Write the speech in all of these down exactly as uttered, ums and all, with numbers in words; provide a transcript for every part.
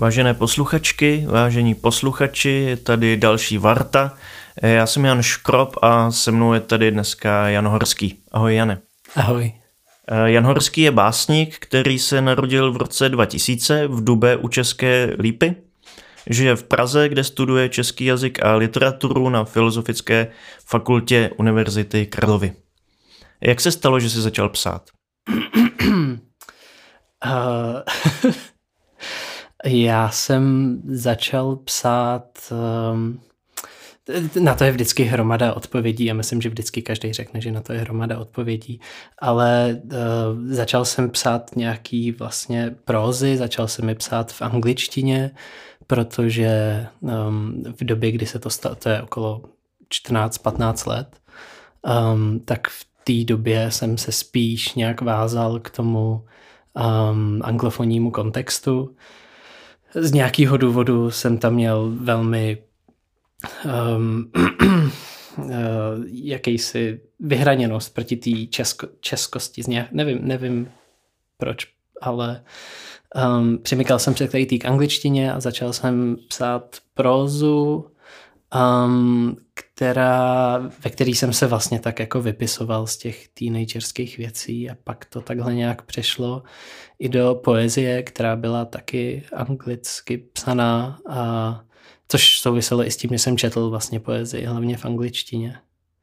Vážené posluchačky, vážení posluchači, je tady další Varta. Já jsem Jan Škrob a se mnou je tady dneska Jan Horský. Ahoj, Jane. Ahoj. Jan Horský je básník, který se narodil v roce dva tisíce v Dubé u České Lípy. Žije v Praze, kde studuje český jazyk a literaturu na Filozofické fakultě Univerzity Karlovy. Jak se stalo, že jsi začal psát? uh, já jsem začal psát... Um, na to je vždycky hromada odpovědí a myslím, že vždycky každý řekne, že na to je hromada odpovědí, ale uh, začal jsem psát nějaký vlastně prózy, začal jsem je psát v angličtině, protože um, v době, kdy se to stalo, to je okolo čtrnáct patnáct let, um, tak v té době jsem se spíš nějak vázal k tomu um, anglofonnímu kontextu. Z nějakého důvodu jsem tam měl velmi um, uh, jakýsi vyhraněnost proti té česko, českosti. Z nějak, nevím, nevím proč, ale um, přimykal jsem se k té angličtině a začal jsem psát prózu, um, která, ve který jsem se vlastně tak jako vypisoval z těch teenagerských věcí a pak to takhle nějak přešlo i do poezie, která byla taky anglicky psaná, a což souviselo i s tím, že jsem četl vlastně poezii, hlavně v angličtině.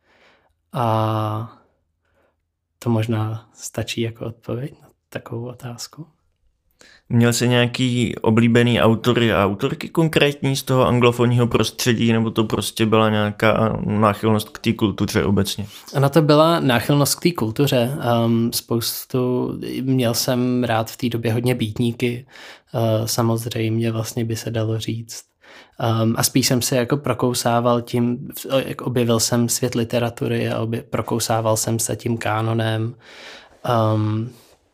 A to možná stačí jako odpověď na takovou otázku. Měl jsi nějaký oblíbený autory a autorky konkrétní z toho anglofonního prostředí, nebo to prostě byla nějaká náchylnost k té kultuře obecně? Ona to byla náchylnost k té kultuře. Um, spoustu, měl jsem rád v té době hodně beatníky, uh, samozřejmě vlastně by se dalo říct. Um, a spíš jsem se jako prokousával tím, jak objevil jsem svět literatury a obje, prokousával jsem se tím kánonem. Um,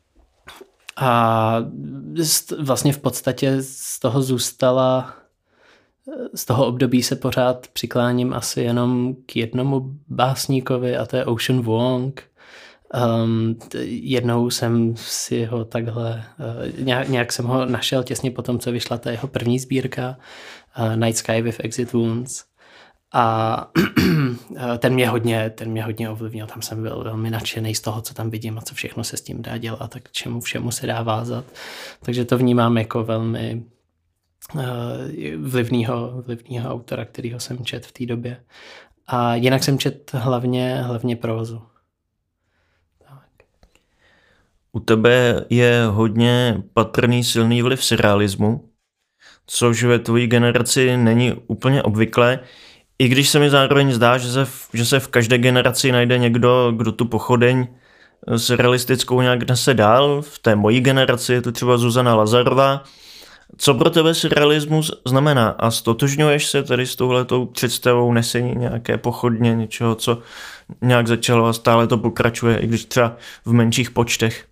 A vlastně v podstatě z toho zůstala, z toho období se pořád přikláním asi jenom k jednomu básníkovi a to je Ocean Vuong. Um, jednou jsem si ho takhle, uh, nějak, nějak jsem ho našel těsně po tom, co vyšla ta jeho první sbírka uh, Night Sky with Exit Wounds. A ten mě hodně, ten mě hodně ovlivnil, tam jsem byl velmi nadšený z toho, co tam vidím a co všechno se s tím dá dělat a k čemu všemu se dá vázat. Takže to vnímám jako velmi uh, vlivnýho, vlivnýho autora, kterýho jsem čet v té době. A jinak jsem čet hlavně, hlavně prózu. Tak. U tebe je hodně patrný silný vliv surrealismu, což ve tvojí generaci není úplně obvyklé. I když se mi zároveň zdá, že se, v, že se v každé generaci najde někdo, kdo tu pochodeň surrealistickou nějak nese dál. V té mojí generaci je to třeba Zuzana Lazarová. Co pro tebe surrealismus znamená? A stotožňuješ se tady s touhletou představou nesení nějaké pochodně, něčeho, co nějak začalo a stále to pokračuje, i když třeba v menších počtech?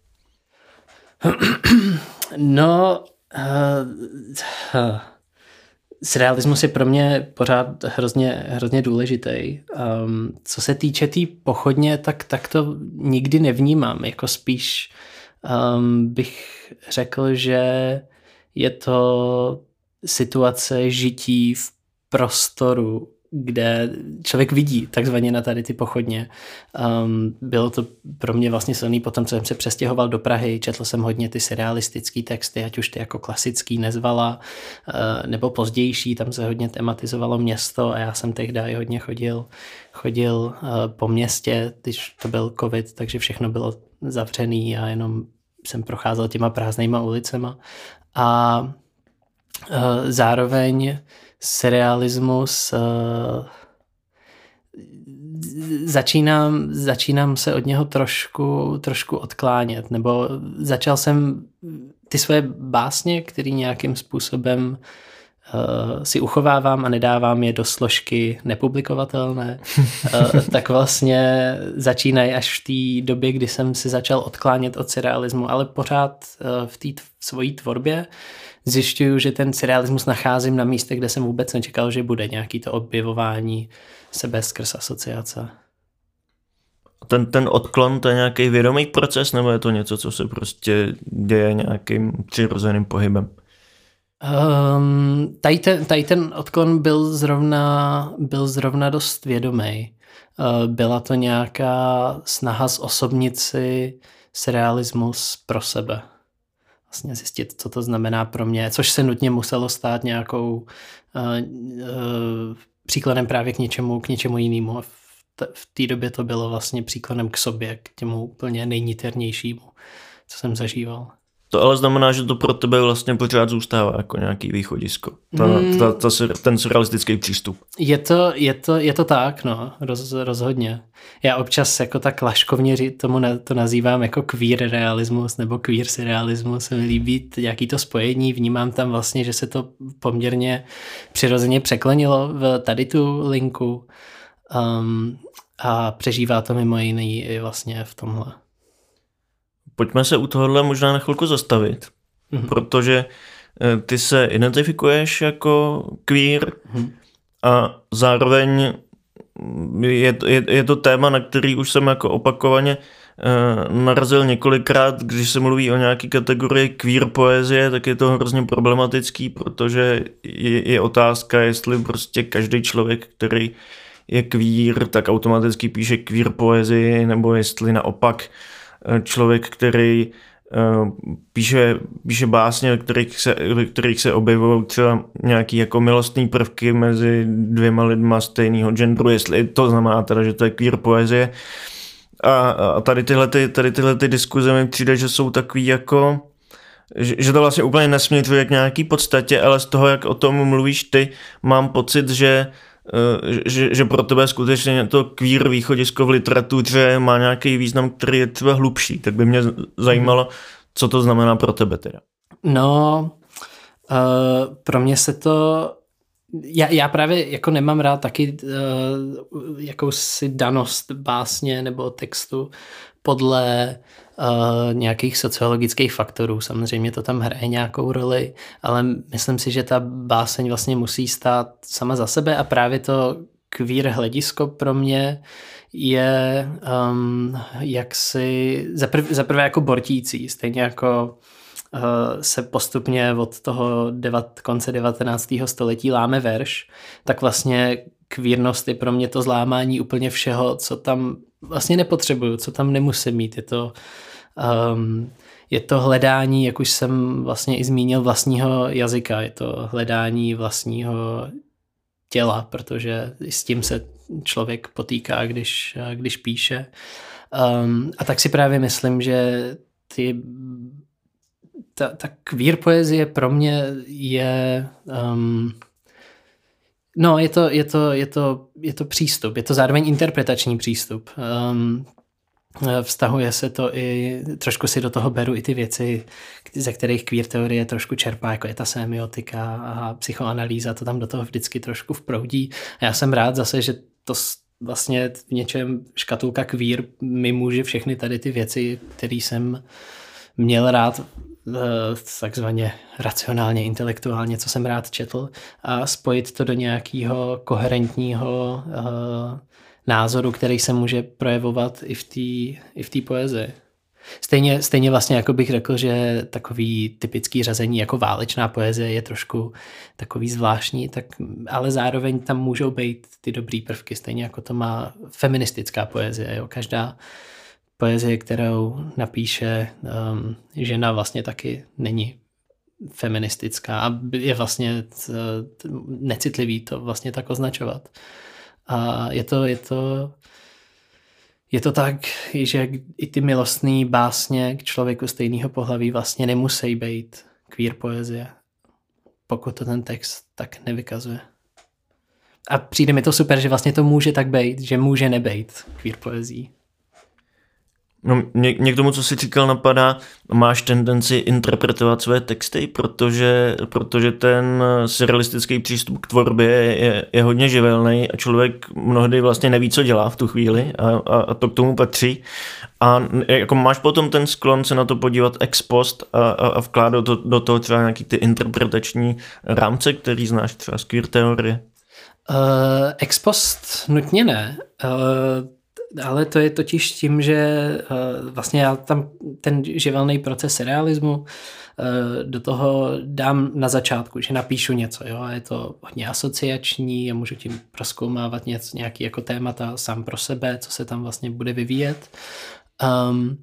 No... Uh, uh. Surrealismus je pro mě pořád hrozně, hrozně důležitý. Um, co se týče té tý pochodně, tak, tak to nikdy nevnímám. Jako spíš um, bych řekl, že je to situace žití v prostoru, kde člověk vidí takzvaně na tady ty pochodně. Um, bylo to pro mě vlastně silný potom, co jsem se přestěhoval do Prahy, četl jsem hodně ty surrealistický texty, ať už ty jako klasický Nezvala, uh, nebo pozdější, tam se hodně tematizovalo město a já jsem tehdy hodně chodil, chodil uh, po městě, když to byl covid, takže všechno bylo zavřený a jenom jsem procházel těma prázdnýma ulicema. A uh, zároveň surrealismus uh, začínám, začínám se od něho trošku, trošku odklánět, nebo začal jsem ty svoje básně, které nějakým způsobem uh, si uchovávám a nedávám je do složky nepublikovatelné, uh, tak vlastně začínají až v té době, kdy jsem si začal odklánět od surrealismu, ale pořád uh, v té t- svojí tvorbě zjišťuju, že ten surrealismus nacházím na místech, kde jsem vůbec nečekal, že bude nějaký to objevování sebe skrz asociace. Ten, ten odklon, to je nějaký vědomý proces, nebo je to něco, co se prostě děje nějakým přirozeným pohybem? Um, tady, ten, tady ten odklon byl zrovna, byl zrovna dost vědomý. Uh, byla to nějaká snaha zosobnit si surrealismus pro sebe. Vlastně zjistit, co to znamená pro mě, což se nutně muselo stát nějakou uh, uh, příkladem právě k něčemu, k něčemu jinému. V, t- v té době to bylo vlastně příkladem k sobě, k těmu úplně nejniternějšímu, co jsem zažíval. To ale znamená, že to pro tebe vlastně pořád zůstává jako nějaký východisko. Ta, hmm. ta, ta, ten surrealistický přístup. Je to, je to, je to tak, no, roz, rozhodně. Já občas jako tak laškovně tomu na, to nazývám jako queer realismus nebo queer surrealismus. Se mi líbí jaký to spojení, vnímám tam vlastně, že se to poměrně přirozeně překlenilo v tady tu linku um, a přežívá to mimo jiný i vlastně v tomhle. Pojďme se u tohohle možná na chvilku zastavit, mm-hmm. protože ty se identifikuješ jako queer mm-hmm. a zároveň je, je, je to téma, na který už jsem jako opakovaně uh, narazil několikrát, když se mluví o nějaké kategorii queer poezie, tak je to hrozně problematický, protože je, je otázka, jestli prostě každý člověk, který je queer, tak automaticky píše queer poezii, nebo jestli naopak člověk, který uh, píše, píše básně, ve kterých se, ve kterých se objevují třeba nějaký jako milostný prvky mezi dvěma lidma stejného genderu, jestli to znamená teda, že to je queer poezie. A, a tady tyhle, ty, tady tyhle ty diskuze mi přijde, že jsou takový jako, že, že to vlastně úplně nesměřuje k nějaký podstatě, ale z toho, jak o tom mluvíš ty, mám pocit, že Že, že pro tebe skutečně to queer východisko v literatuře má nějaký význam, který je třeba hlubší. Tak by mě zajímalo, co to znamená pro tebe teda. No, uh, pro mě se to... Já, já právě jako nemám rád taky uh, jakousi danost básně nebo textu podle uh, nějakých sociologických faktorů. Samozřejmě to tam hraje nějakou roli, ale myslím si, že ta báseň vlastně musí stát sama za sebe a právě to queer hledisko pro mě je um, jaksi zaprv, zaprvé jako bortící, stejně jako uh, se postupně od toho devat, konce devatenáctého století láme verš, tak vlastně queernost je pro mě to zlámání úplně všeho, co tam vlastně nepotřebuju, co tam nemusím mít. Je to, um, je to hledání, jak už jsem vlastně i zmínil, vlastního jazyka. Je to hledání vlastního těla, protože s tím se člověk potýká, když, když píše. Um, a tak si právě myslím, že ty, ta, ta queer poezie pro mě je... Um, No, je to, je, to, je, to, je to přístup, je to zároveň interpretační přístup. Um, vztahuje se to i, trošku si do toho beru i ty věci, ze kterých queer teorie trošku čerpá, jako je ta semiotika a psychoanalýza, to tam do toho vždycky trošku vproudí. A já jsem rád zase, že to vlastně v něčem škatulka queer mi může všechny tady ty věci, které jsem měl rád, takzvaně racionálně, intelektuálně, co jsem rád četl, a spojit to do nějakého koherentního uh, názoru, který se může projevovat i v té i v té poezii. Stejně, stejně vlastně jako bych řekl, že takový typický řazení jako válečná poezie je trošku takový zvláštní, tak, ale zároveň tam můžou být ty dobrý prvky, stejně jako to má feministická poezie. Jo. Každá poezie, kterou napíše um, žena, vlastně taky není feministická a je vlastně t, t, necitlivý to vlastně tak označovat. A je to, je to, je to tak, že i ty milostné básně k člověku stejného pohlaví vlastně nemusí být queer poezie, pokud to ten text tak nevykazuje. A přijde mi to super, že vlastně to může tak být, že může nebejt queer poezí. No, mě, mě k tomu, co jsi říkal, napadá, máš tendenci interpretovat své texty, protože, protože ten surrealistický přístup k tvorbě je, je hodně živelný a člověk mnohdy vlastně neví, co dělá v tu chvíli a, a, a to k tomu patří. A jako máš potom ten sklon se na to podívat ex post a, a, a vkládat do, do toho třeba nějaký ty interpretační rámce, který znáš třeba z queer teorie? Uh, ex post nutně ne. Uh... Ale to je totiž tím, že uh, vlastně já tam ten živelný proces realismu do toho dám na začátku, že napíšu něco, jo, a je to hodně asociační a můžu tím prozkoumávat něco, nějaký jako témata sám pro sebe, co se tam vlastně bude vyvíjet. Um,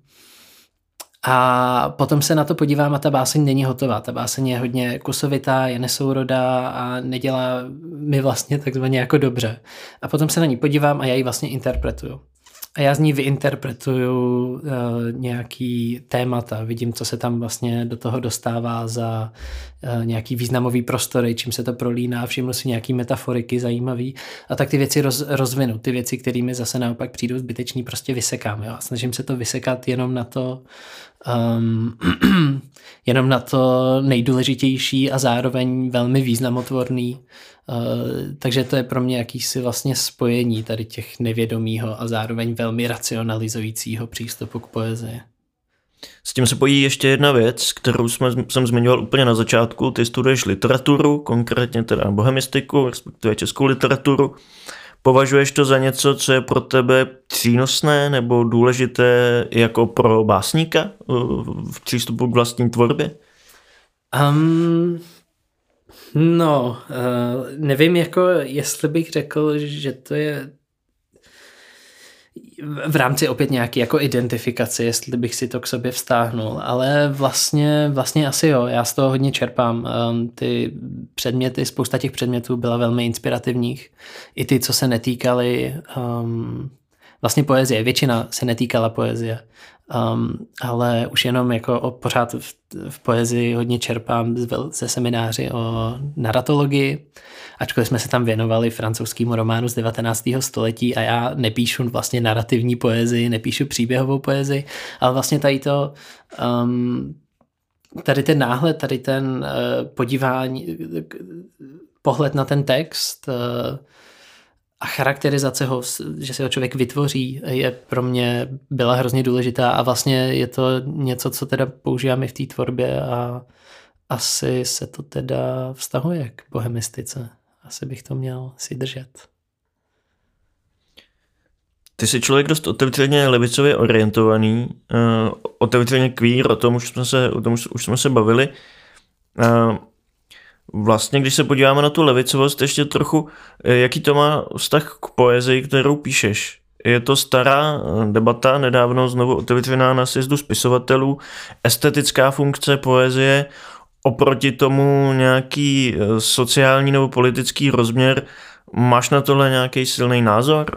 a potom se na to podívám a ta báseň není hotová. Ta báseň je hodně kusovitá, je nesourodá a nedělá mi vlastně takzvaně jako dobře. A potom se na ní podívám a já ji vlastně interpretuju. A já z ní vyinterpretuju uh, nějaký témata, vidím, co se tam vlastně do toho dostává za uh, nějaký významový prostory, čím se to prolíná, všimnu si nějaký metaforiky zajímavý a tak ty věci roz, rozvinu. Ty věci, kterými zase naopak přijdou zbytečný, prostě vysekám. Jo? A snažím se to vysekat jenom na to, um, jenom na to nejdůležitější a zároveň velmi významotvorný. Uh, takže to je pro mě jakýsi vlastně spojení tady těch nevědomýho a zároveň velmi racionalizujícího přístupu k poezii. S tím se pojí ještě jedna věc, kterou jsme, jsem zmiňoval úplně na začátku. Ty studuješ literaturu, konkrétně teda bohemistiku, respektive českou literaturu. Považuješ to za něco, co je pro tebe přínosné nebo důležité jako pro básníka v přístupu k vlastní tvorbě? Um... No, uh, nevím, jako jestli bych řekl, že to je v rámci opět nějaký jako identifikace, jestli bych si to k sobě vztáhnul, ale vlastně, vlastně asi jo, já z toho hodně čerpám. Um, ty předměty, spousta těch předmětů byla velmi inspirativních, i ty, co se netýkaly um, vlastně poezie, většina se netýkala poezie. Um, ale už jenom jako o, pořád v, v poezii hodně čerpám ze semináři o naratologii, ačkoliv jsme se tam věnovali francouzskému románu z devatenáctého století a já nepíšu vlastně narrativní poezii, nepíšu příběhovou poezii, ale vlastně tady to um, tady ten náhled, tady ten uh, podívání, pohled na ten text uh, a charakterizace ho, že si ho člověk vytvoří, je pro mě byla hrozně důležitá a vlastně je to něco, co teda používám i v té tvorbě a asi se to teda vztahuje k bohemistice. Asi bych to měl si držet. Ty jsi člověk dost otevřeně levicově orientovaný, uh, otevřeně queer, o tom už jsme se, o tom už, už jsme se bavili. Uh, Vlastně, když se podíváme na tu levicovost, ještě trochu, jaký to má vztah k poezii, kterou píšeš? Je to stará debata, nedávno znovu otevřená na sjezdu spisovatelů, estetická funkce poezie, oproti tomu nějaký sociální nebo politický rozměr. Máš na tohle nějaký silný názor?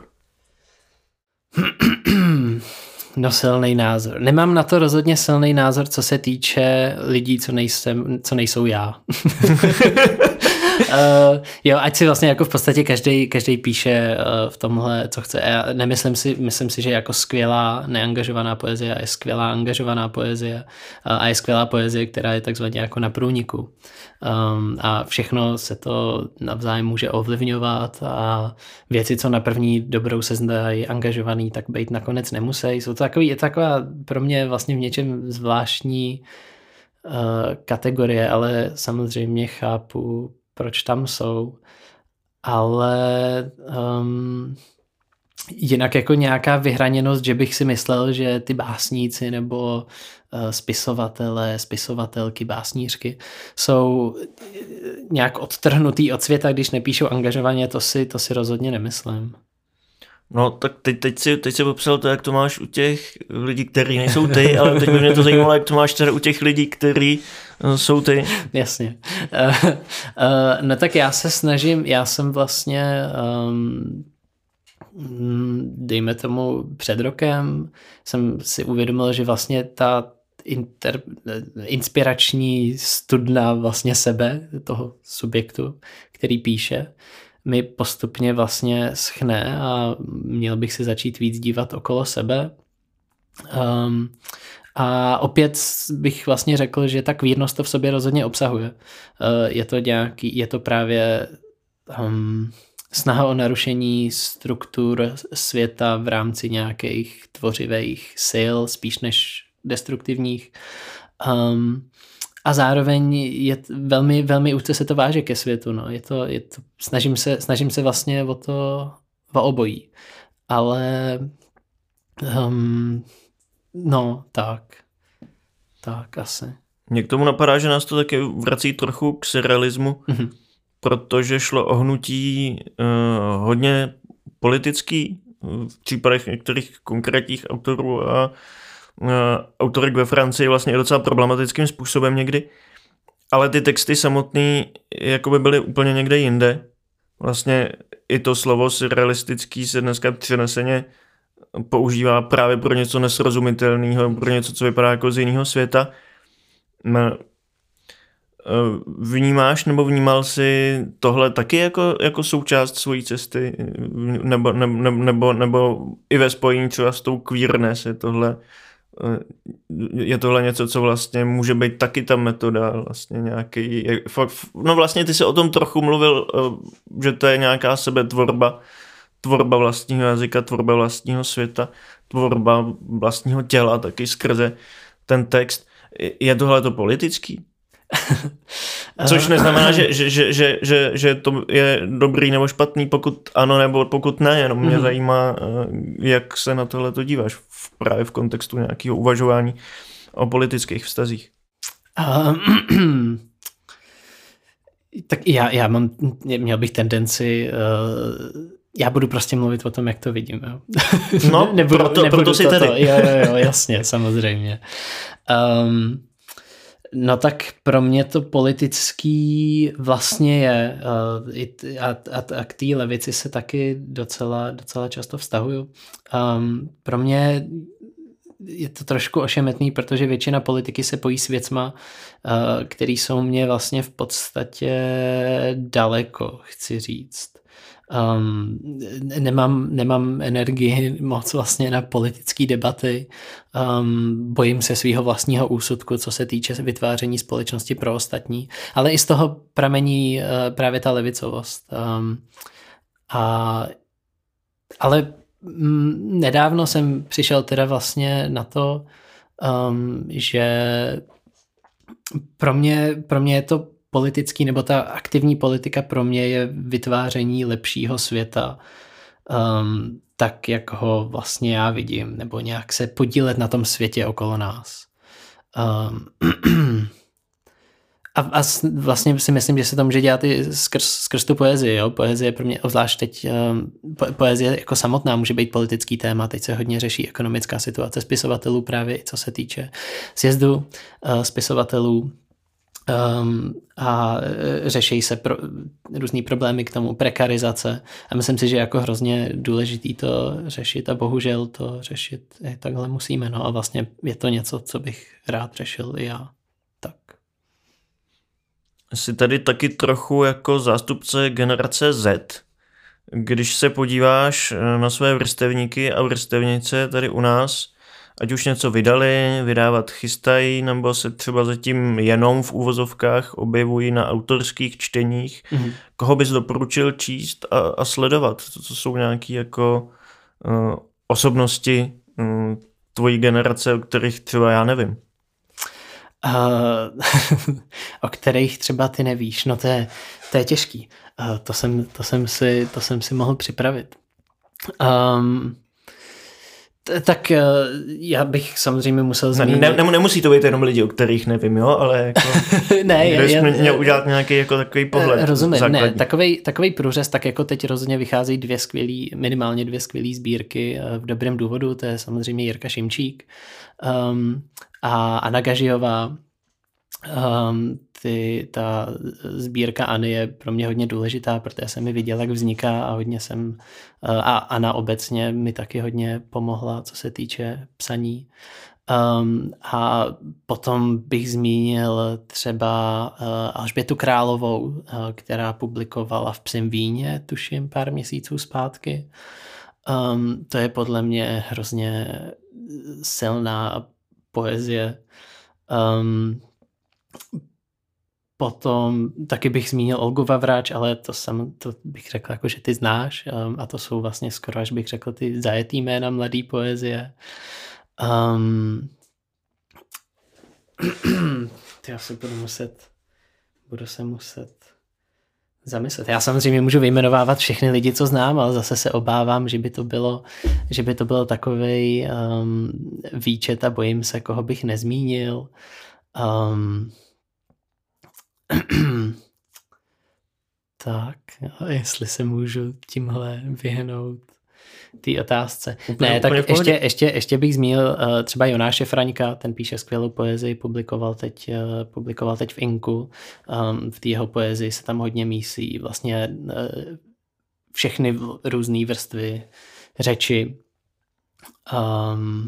No, silný názor. Nemám na to rozhodně silný názor, co se týče lidí, co, nejsem, co nejsou já. uh, jo, ať si vlastně jako v podstatě každý, každý píše uh, v tomhle, co chce. Já nemyslím si, myslím si, že jako skvělá neangažovaná poezie je skvělá angažovaná poezie uh, a je skvělá poezie, která je takzvaně jako na průniku. Um, a všechno se to navzájem může ovlivňovat a věci, co na první dobrou se zdají angažovaný, tak být nakonec nemusí. Jsou to takový, je taková pro mě vlastně v něčem zvláštní uh, kategorie, ale samozřejmě chápu, proč tam jsou. Ale um, jinak jako nějaká vyhraněnost, že bych si myslel, že ty básníci nebo uh, spisovatelé, spisovatelky, básnířky jsou nějak odtrhnutý od světa, když nepíšou angažovaně, to si, to si rozhodně nemyslím. No tak teď, teď, si, teď si popsal to, jak to máš u těch lidí, kteří nejsou ty, ale teď mě to zajímalo, jak to máš teda u těch lidí, kteří jsou ty. Jasně. Uh, uh, no tak já se snažím, já jsem vlastně um, dejme tomu před rokem jsem si uvědomil, že vlastně ta inter, inspirační studna vlastně sebe, toho subjektu, který píše, mi postupně vlastně schne a měl bych si začít víc dívat okolo sebe. Um, a opět bych vlastně řekl, že ta queernost to v sobě rozhodně obsahuje. Uh, je to nějaký, je to právě um, snaha o narušení struktur světa v rámci nějakých tvořivých sil, spíš než destruktivních. Um, a zároveň je velmi, velmi úzce se to váže ke světu. No. Je to, je to, snažím, se, snažím se vlastně o to, o obojí. Ale um, no, tak. Tak, asi. Mě k tomu napadá, že nás to taky vrací trochu k surrealismu, mm-hmm. protože šlo o hnutí uh, hodně politický, v případech některých konkrétních autorů a uh, autorek ve Francii vlastně docela problematickým způsobem někdy, ale ty texty samotný jakoby byly úplně někde jinde. Vlastně i to slovo surrealistický se dneska přeneseně používá právě pro něco nesrozumitelného, pro něco, co vypadá jako z jiného světa. Vnímáš nebo vnímal jsi tohle taky jako, jako součást svojí cesty? Nebo, nebo, nebo, nebo i ve spojení třeba s tou queerness je tohle, je tohle něco, co vlastně může být taky ta metoda vlastně nějaký, no vlastně ty jsi o tom trochu mluvil, že to je nějaká sebetvorba, tvorba vlastního jazyka, tvorba vlastního světa, tvorba vlastního těla taky skrze ten text. Je tohle to politický? Což neznamená, že, že, že, že, že, že to je dobrý nebo špatný, pokud ano nebo pokud ne, jenom mě mm-hmm. zajímá, jak se na tohle to díváš v, právě v kontextu nějakého uvažování o politických vztazích. Um, tak já, já mám, měl bych tendenci, uh, já budu prostě mluvit o tom, jak to vidím. Jo. No, nebudu, proto, nebudu proto si tady. Jo, jo, jo, jasně, samozřejmě. Um, No tak pro mě to politický vlastně je uh, a, a, a k té levici se taky docela, docela často vztahuju. Um, pro mě je to trošku ošemetný, protože většina politiky se pojí s věcma, uh, které jsou mě vlastně v podstatě daleko, chci říct. Um, nemám, nemám energii moc vlastně na politické debaty, um, bojím se svého vlastního úsudku, co se týče vytváření společnosti pro ostatní, ale i z toho pramení uh, právě ta levicovost. Um, a, ale m, nedávno jsem přišel teda vlastně na to, um, že pro mě, pro mě je to politický, nebo ta aktivní politika pro mě je vytváření lepšího světa, um, tak, jak ho vlastně já vidím, nebo nějak se podílet na tom světě okolo nás. Um, a, a vlastně si myslím, že se to může dělat i skrz, skrz tu poezii. Jo? Poezie pro mě, obzvlášť teď, um, po, poezie jako samotná může být politický téma, teď se hodně řeší ekonomická situace spisovatelů právě, co se týče sjezdu uh, spisovatelů. Um, a řeší se pro, různý problémy k tomu, prekarizace a myslím si, že jako hrozně důležitý to řešit a bohužel to řešit je, takhle musíme, no a vlastně je to něco, co bych rád řešil i já. Tak. Jsi tady taky trochu jako zástupce generace Z. Když se podíváš na své vrstevníky a vrstevnice tady u nás, ať už něco vydali, vydávat chystají, nebo se třeba zatím jenom v úvozovkách objevují na autorských čteních. Mm-hmm. Koho bys doporučil číst a, a sledovat? To, to jsou nějaké jako uh, osobnosti uh, tvojí generace, o kterých třeba já nevím. Uh, o kterých třeba ty nevíš. No to je, to je těžký. Uh, to, jsem, to, jsem si, to jsem si mohl připravit. Um, Tak já bych samozřejmě musel zmínit... Ne, ne, nemusí to být jenom lidi, o kterých nevím, jo, ale jako... ne, já, já, měl udělat nějaký jako takový pohled. Rozumím, základní. Ne, takovej, takovej průřez, tak jako teď rozhodně vycházejí dvě skvělý, minimálně dvě skvělý sbírky v Dobrém důvodu, to je samozřejmě Jirka Šimčík um, a Anna Gažijová. Um, ty, ta sbírka Anny je pro mě hodně důležitá, protože jsem mi viděl, jak vzniká a hodně jsem a Anna obecně mi taky hodně pomohla, co se týče psaní. Um, a potom bych zmínil třeba uh, Alžbětu Královou, uh, která publikovala v Psím víně, tuším, pár měsíců zpátky. Um, to je podle mě hrozně silná poezie. Um, Potom taky bych zmínil Olgu Vavráč, ale to, sam, to bych řekl, jako, že ty znáš um, a to jsou vlastně skoro, až bych řekl, ty zajetý jména mladý poezie. Um, ty já se budu muset, budu se muset zamyslet. Já samozřejmě můžu vyjmenovávat všechny lidi, co znám, ale zase se obávám, že by to bylo, že by to bylo takovej um, výčet a bojím se, koho bych nezmínil. Um, tak, jestli se můžu tímhle vyhnout té otázce. Úplně, ne, tak úplně ještě, ještě, ještě bych zmínil uh, třeba Jonáše Fraňka, ten píše skvělou poezii, publikoval teď, uh, publikoval teď v Inku. Um, v té jeho poezii se tam hodně mísí vlastně uh, všechny různé vrstvy řeči. Um,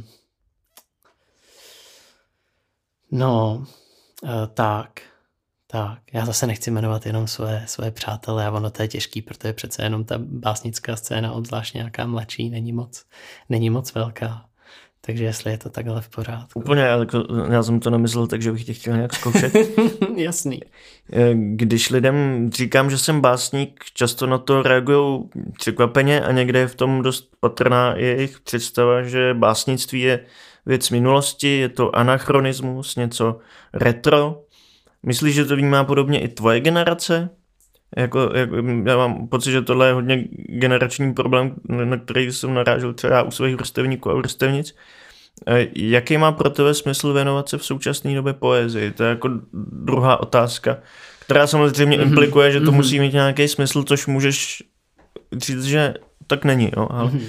no, uh, tak. Tak, já zase nechci jmenovat jenom své, své přátelé a ono to je těžký, protože přece jenom ta básnická scéna, obzvlášť nějaká mladší, není moc, není moc velká. Takže jestli je to takhle v pořádku. Úplně, já, já jsem to nemyslel, takže bych tě chtěl nějak zkoušet. Jasný. Když lidem říkám, že jsem básník, často na to reagují překvapeně a někde je v tom dost patrná jejich představa, že básnictví je věc minulosti, je to anachronismus, něco retro. Myslíš, že to vnímá podobně i tvoje generace? Jako, jako, já mám pocit, že tohle je hodně generační problém, na který jsem narážel třeba u svých vrstevníků a vrstevnic. Jaký má pro tebe smysl věnovat se v současné době poezii? To je jako druhá otázka, která samozřejmě mm-hmm. implikuje, že to mm-hmm. musí mít nějaký smysl, což můžeš říct, že tak není. Jo? Ale... Mm-hmm.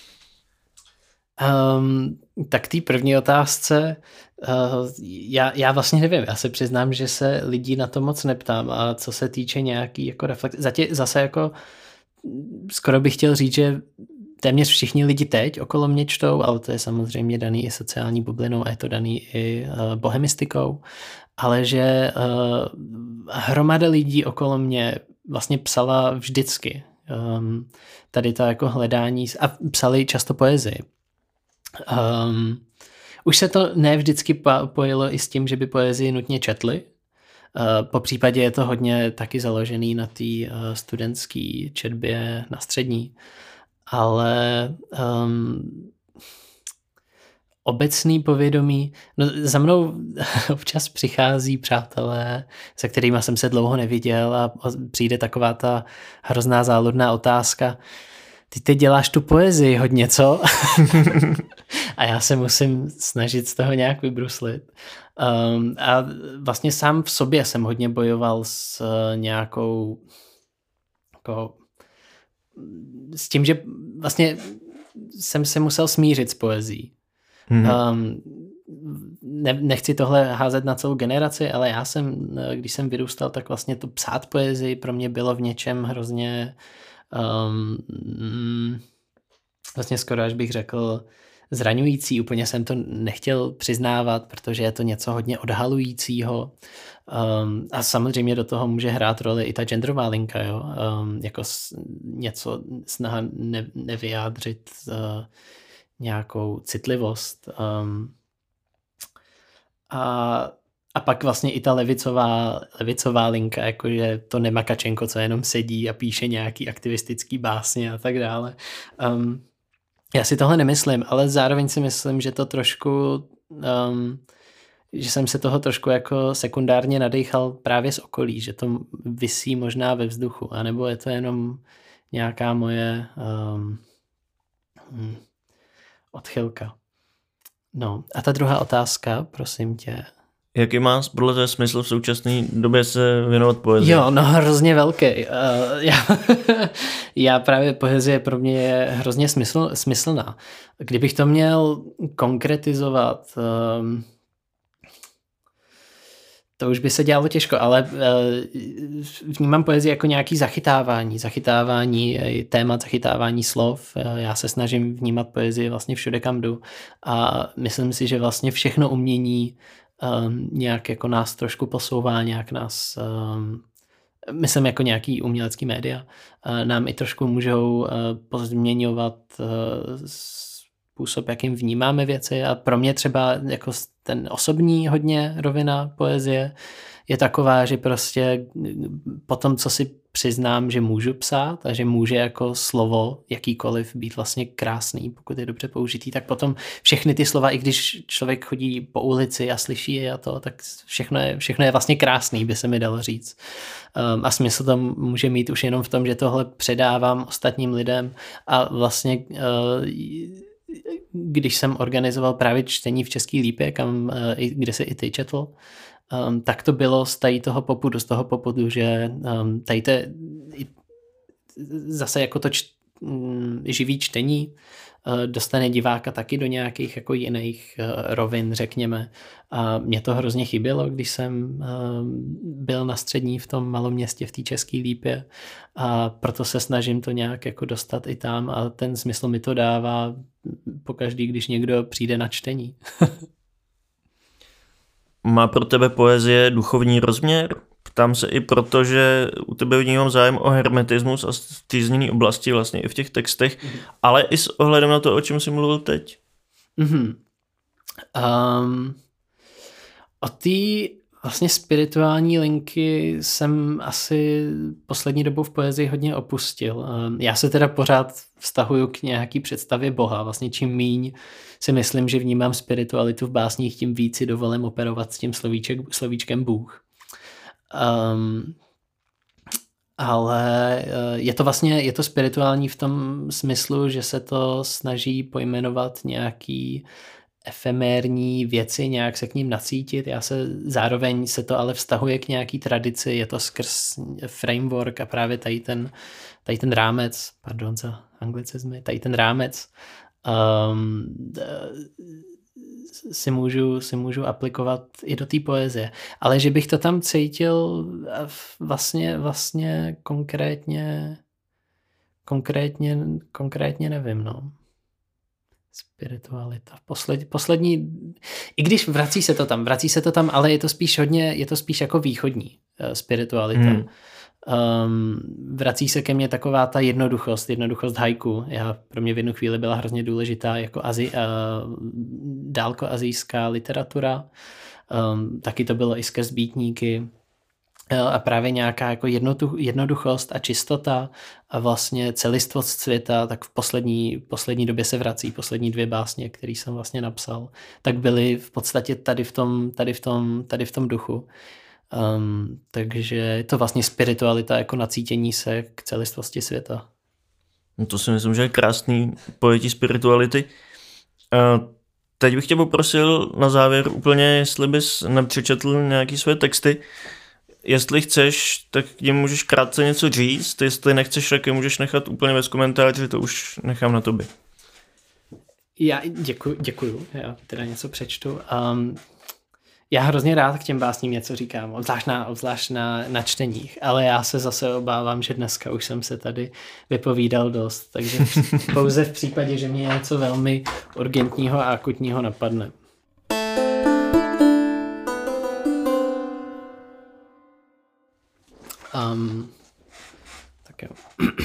Um, tak té první otázce uh, já, já vlastně nevím, já se přiznám, že se lidí na to moc neptám a co se týče nějaký jako reflexe, zatím zase jako skoro bych chtěl říct, že téměř všichni lidi teď okolo mě čtou, ale to je samozřejmě daný i sociální bublinou a je to daný i uh, bohemistikou, ale že uh, hromada lidí okolo mě vlastně psala vždycky um, tady to jako hledání a psali často poezii. Um, už se to ne vždycky pojilo i s tím, že by poezii nutně četli. Uh, po případě je to hodně taky založený na té uh, studentské četbě na střední. Ale um, obecný povědomí, no za mnou občas přichází přátelé, se kterými jsem se dlouho neviděl a přijde taková ta hrozná záludná otázka. Ty teď děláš tu poezii hodně, co? A já se musím snažit z toho nějak vybruslit. Um, a vlastně sám v sobě jsem hodně bojoval s uh, nějakou jako, s tím, že vlastně jsem se musel smířit s poezií. Mm-hmm. Um, ne, nechci tohle házet na celou generaci, ale já jsem, když jsem vyrůstal, tak vlastně to psát poezii pro mě bylo v něčem hrozně Um, vlastně skoro až bych řekl zraňující, úplně jsem to nechtěl přiznávat, protože je to něco hodně odhalujícího um, a samozřejmě do toho může hrát roli i ta genderová linka, jo? Um, jako s, něco snaha ne, nevyjádřit uh, nějakou citlivost um, a A pak vlastně i ta levicová, levicová linka, jakože to Nemakačenko, co jenom sedí a píše nějaký aktivistický básně a tak dále. Um, já si tohle nemyslím, ale zároveň si myslím, že to trošku, um, že jsem se toho trošku jako sekundárně nadechal právě z okolí, že to visí možná ve vzduchu, anebo je to jenom nějaká moje um, hm, odchylka. No a ta druhá otázka, prosím tě. Jaký má podle toho smysl v současné době se věnovat poezii? Jo, no hrozně velký. Uh, já, já právě poezie pro mě je hrozně smysl, smyslná. Kdybych to měl konkretizovat, um, to už by se dělalo těžko, ale uh, vnímám poezii jako nějaký zachytávání, zachytávání témat, zachytávání slov. Uh, já se snažím vnímat poezii vlastně všude, kam jdu a myslím si, že vlastně všechno umění Um, nějak jako nás trošku posouvá, nějak nás, um, myslím jako nějaký umělecký média, uh, nám i trošku můžou uh, pozměňovat uh, způsob, jakým vnímáme věci a pro mě třeba jako ten osobní hodně rovina poezie je taková, že prostě po tom, co si přiznám, že můžu psát a že může jako slovo jakýkoliv být vlastně krásný, pokud je dobře použitý, tak potom všechny ty slova, i když člověk chodí po ulici a slyší je a to, tak všechno je, všechno je vlastně krásný, by se mi dalo říct. Um, a smysl to může mít už jenom v tom, že tohle předávám ostatním lidem a vlastně uh, když jsem organizoval právě čtení v České Lípě, kam, uh, kde se i ty četl, Um, tak to bylo z tady toho popudu, z toho popudu, že um, tady to zase jako to č, um, živý čtení uh, dostane diváka taky do nějakých jako jiných uh, rovin, řekněme. A mě to hrozně chybělo, když jsem um, byl na střední v tom malom městě v té České Lípě a proto se snažím to nějak jako dostat i tam a ten smysl mi to dává pokaždý, když někdo přijde na čtení. Má pro tebe poezie duchovní rozměr? Ptám se i proto, že u tebe vnímám zájem o hermetismus a stýzněný oblasti vlastně i v těch textech, mm-hmm. ale i s ohledem na to, o čem jsi mluvil teď. Mm-hmm. Um, o té vlastně spirituální linky jsem asi poslední dobou v poezii hodně opustil. Um, já se teda pořád vztahuju k nějaký představě Boha. Vlastně čím míň si myslím, že vnímám spiritualitu v básních, tím víc si dovolím operovat s tím slovíček, slovíčkem Bůh. Um, ale je to vlastně, je to spirituální v tom smyslu, že se to snaží pojmenovat nějaký efemérní věci, nějak se k ním nacítit. Já se zároveň se to ale vztahuje k nějaký tradici, je to skrz framework a právě tady ten, tady ten rámec, pardon za anglicizmy, tady ten rámec um, si můžu, si můžu aplikovat i do té poezie. Ale že bych to tam cítil vlastně, vlastně konkrétně, konkrétně, konkrétně nevím, no. Spiritualita. Posled, poslední, i když vrací se to tam, vrací se to tam, ale je to spíš hodně, je to spíš jako východní uh, spiritualita. Hmm. Um, vrací se ke mně taková ta jednoduchost, jednoduchost haiku. Já, pro mě v jednu chvíli byla hrozně důležitá jako azi, uh, dálkoazijská literatura. Um, taky to bylo i skrz býtníky. A právě nějaká jako jednotu, jednoduchost a čistota a vlastně celistvost světa, tak v poslední, poslední době se vrací, poslední dvě básně, které jsem vlastně napsal, tak byly v podstatě tady v tom, tady v tom, tady v tom duchu. Um, takže je to vlastně spiritualita jako nacítění se k celistvosti světa. No to si myslím, že je krásný pojetí spirituality. Uh, teď bych tě poprosil na závěr úplně, jestli bys nepřečetl nějaký své texty. Jestli chceš, tak tím můžeš krátce něco říct, jestli nechceš, tak je můžeš nechat úplně bez komentáře, to už nechám na tobě. Já děkuju, děkuju. Já teda něco přečtu. Um, já hrozně rád k těm básním něco říkám, obzvlášť na, obzvlášť na, na čteních, ale já se zase obávám, že dneska už jsem se tady vypovídal dost, takže pouze v případě, že mě něco velmi urgentního a akutního napadne. Um, tak jo.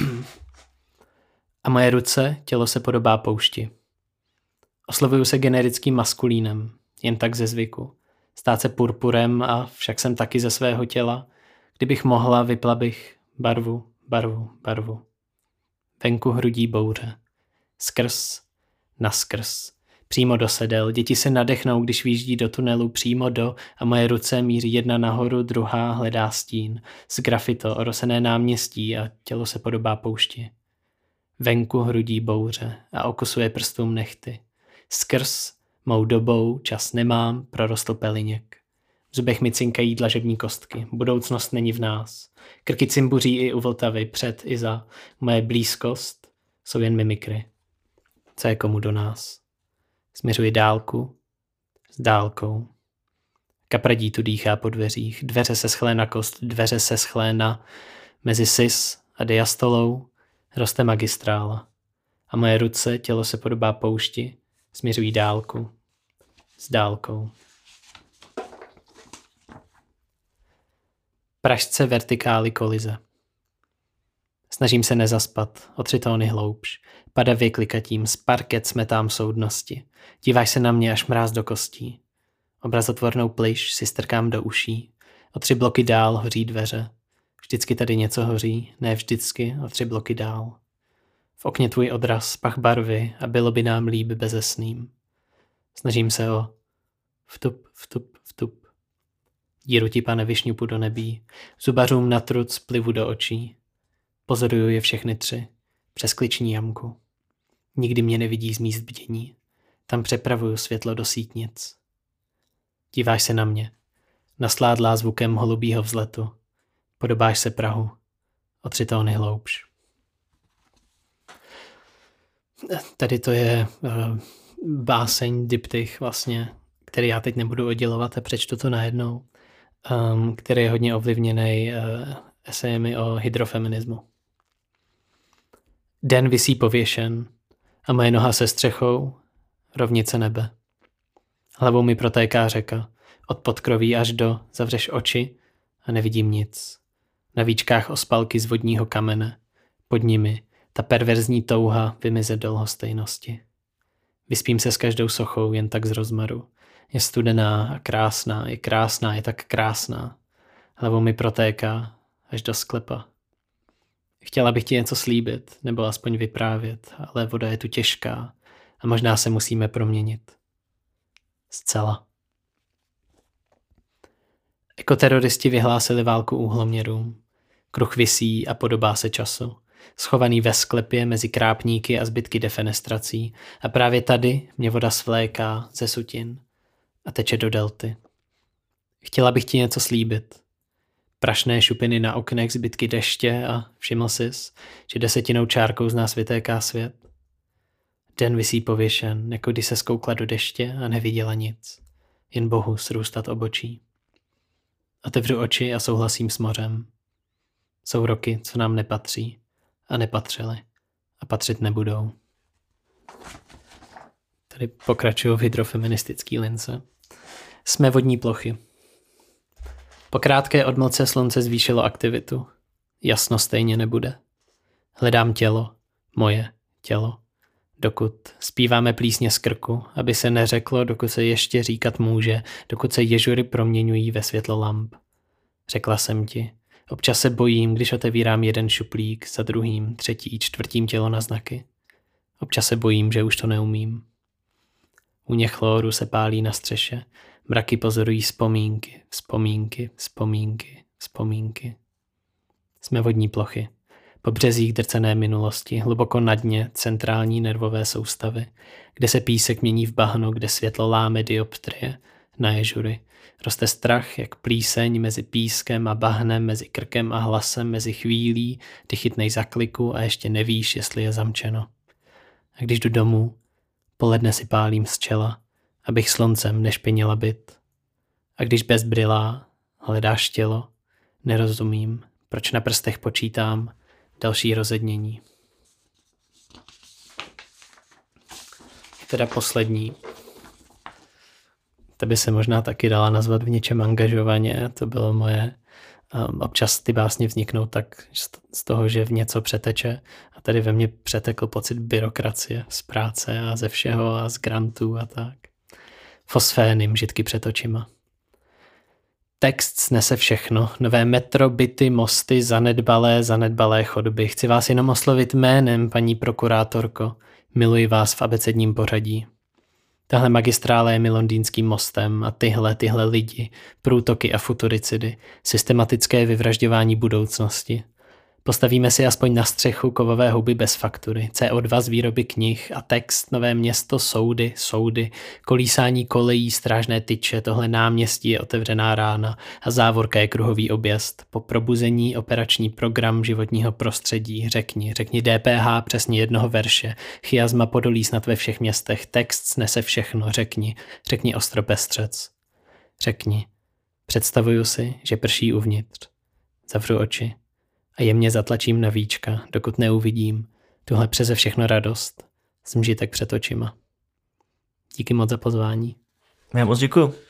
A moje ruce, tělo se podobá poušti. Oslovuju se generickým maskulínem, jen tak ze zvyku. Stát se purpurem a však jsem taky ze svého těla. Kdybych mohla, vypla bych barvu, barvu, barvu. Venku hrudí bouře. Skrz, naskrz. Přímo do sedel. Děti se nadechnou, když výjíždí do tunelu přímo do a moje ruce míří jedna nahoru, druhá hledá stín. Z grafito, orosené náměstí a tělo se podobá poušti. Venku hrudí bouře a okusuje prstům nechty. Skrz mou dobou čas nemám, prorostl peliněk. V zubech mi cinkají dlažební kostky. Budoucnost není v nás. Krky cimbuří i u Vltavy, před i za. Moje blízkost jsou jen mimikry. Co je komu do nás? Směřuji dálku s dálkou. Kapradí tu dýchá po dveřích. Dveře se schlé na kost, dveře se schlé na. Mezi sis a diastolou roste magistrála. A moje ruce, tělo se podobá poušti, směřují dálku s dálkou. Pražce vertikály kolize. Snažím se nezaspat, o tři tóny hloubš. Padavě klikatím, z parket smetám soudnosti. Díváš se na mě až mráz do kostí. Obrazotvornou plyš si strkám do uší. O tři bloky dál hoří dveře. Vždycky tady něco hoří, ne vždycky, o tři bloky dál. V okně tvůj odraz, pach barvy a bylo by nám líp bezesným. Snažím se o vtup, vtup, vtup. Díru ti, pane, vyšňupu do nebí, zubařům na truc plivu do očí. Pozoruju je všechny tři, přes kliční jamku. Nikdy mě nevidí z míst bdění, tam přepravuju světlo do sítnic. Díváš se na mě, nasládlá zvukem holubího vzletu. Podobáš se Prahu, o tři tóny hloubš. Tady to je uh, báseň, diptych vlastně, který já teď nebudu oddělovat a přečtu to najednou, um, který je hodně ovlivněný uh, esejemi o hydrofeminismu. Den visí pověšen a moje noha se střechou, rovnice nebe. Hlavou mi protéká řeka, od podkroví až do, zavřeš oči a nevidím nic. Na víčkách ospalky z vodního kamene, pod nimi ta perverzní touha vymizet do lhostejnosti. Vyspím se s každou sochou jen tak z rozmaru. Je studená a krásná, je krásná, je tak krásná. Hlavou mi protéká až do sklepa. Chtěla bych ti něco slíbit, nebo aspoň vyprávět, ale voda je tu těžká a možná se musíme proměnit. Zcela. Ekoteroristi vyhlásili válku úhloměrům. Kruh visí a podobá se času. Schovaný ve sklepě mezi krápníky a zbytky defenestrací. A právě tady mě voda svléká ze sutin a teče do delty. Chtěla bych ti něco slíbit. Prašné šupiny na oknech, zbytky deště a všiml sis, že desetinou čárkou z nás vytéká svět. Den visí pověšen, jako když se zkoukla do deště a neviděla nic. Jen Bohu srůstat obočí. Otevřu oči a souhlasím s mořem. Jsou roky, co nám nepatří a nepatřily a patřit nebudou. Tady pokračuju v hydrofeministický lince. Jsme vodní plochy. Po krátké odmlce slunce zvýšilo aktivitu. Jasno stejně nebude. Hledám tělo, moje tělo. Dokud zpíváme plísně z krku, aby se neřeklo, dokud se ještě říkat může, dokud se ježury proměňují ve světlo lamp. Řekla jsem ti, občas se bojím, když otevírám jeden šuplík za druhým, třetí, čtvrtým tělo na znaky. Občas se bojím, že už to neumím. Úně chloru se pálí na střeše, mraky pozorují vzpomínky, vzpomínky, vzpomínky, vzpomínky. Jsme vodní plochy. Po březích drcené minulosti, hluboko na dně centrální nervové soustavy, kde se písek mění v bahno, kde světlo láme dioptrie na ježury. Roste strach, jak plíseň mezi pískem a bahnem, mezi krkem a hlasem, mezi chvílí, kdy chytnej za kliku a ještě nevíš, jestli je zamčeno. A když jdu domů, poledne si pálím z čela, abych sluncem nešpinila byt. A když bezbrylá hledáš tělo, nerozumím, proč na prstech počítám další rozednění. Teda poslední. To by se možná taky dala nazvat v něčem angažovaně. To bylo moje. Um, občas ty básně vzniknou tak z toho, že v něco přeteče. A tady ve mně přetekl pocit byrokracie z práce a ze všeho a z grantů a tak. Fosfény, žitky před očima. Text snese všechno. Nové metro, byty, mosty, zanedbalé, zanedbalé chodby. Chci vás jenom oslovit jménem, paní prokurátorko. Miluji vás v abecedním pořadí. Tahle magistrála je mi londýnským mostem a tyhle, tyhle lidi, průtoky a futuricidy, systematické vyvražďování budoucnosti. Postavíme si aspoň na střechu kovové huby bez faktury, C O dva z výroby knih a text, nové město, soudy, soudy, kolísání kolejí, strážné tyče, tohle náměstí je otevřená rána a závorka je kruhový objezd. Po probuzení operační program životního prostředí, řekni, řekni D P H přesně jednoho verše, chiasma podolí snad ve všech městech, text snese všechno, řekni, řekni ostropestřec. Řekni, představuju si, že prší uvnitř. Zavřu oči a jemně zatlačím na víčka, dokud neuvidím tuhle přeze všechno radost, smžitek před očima. Díky moc za pozvání. Já moc děkuju.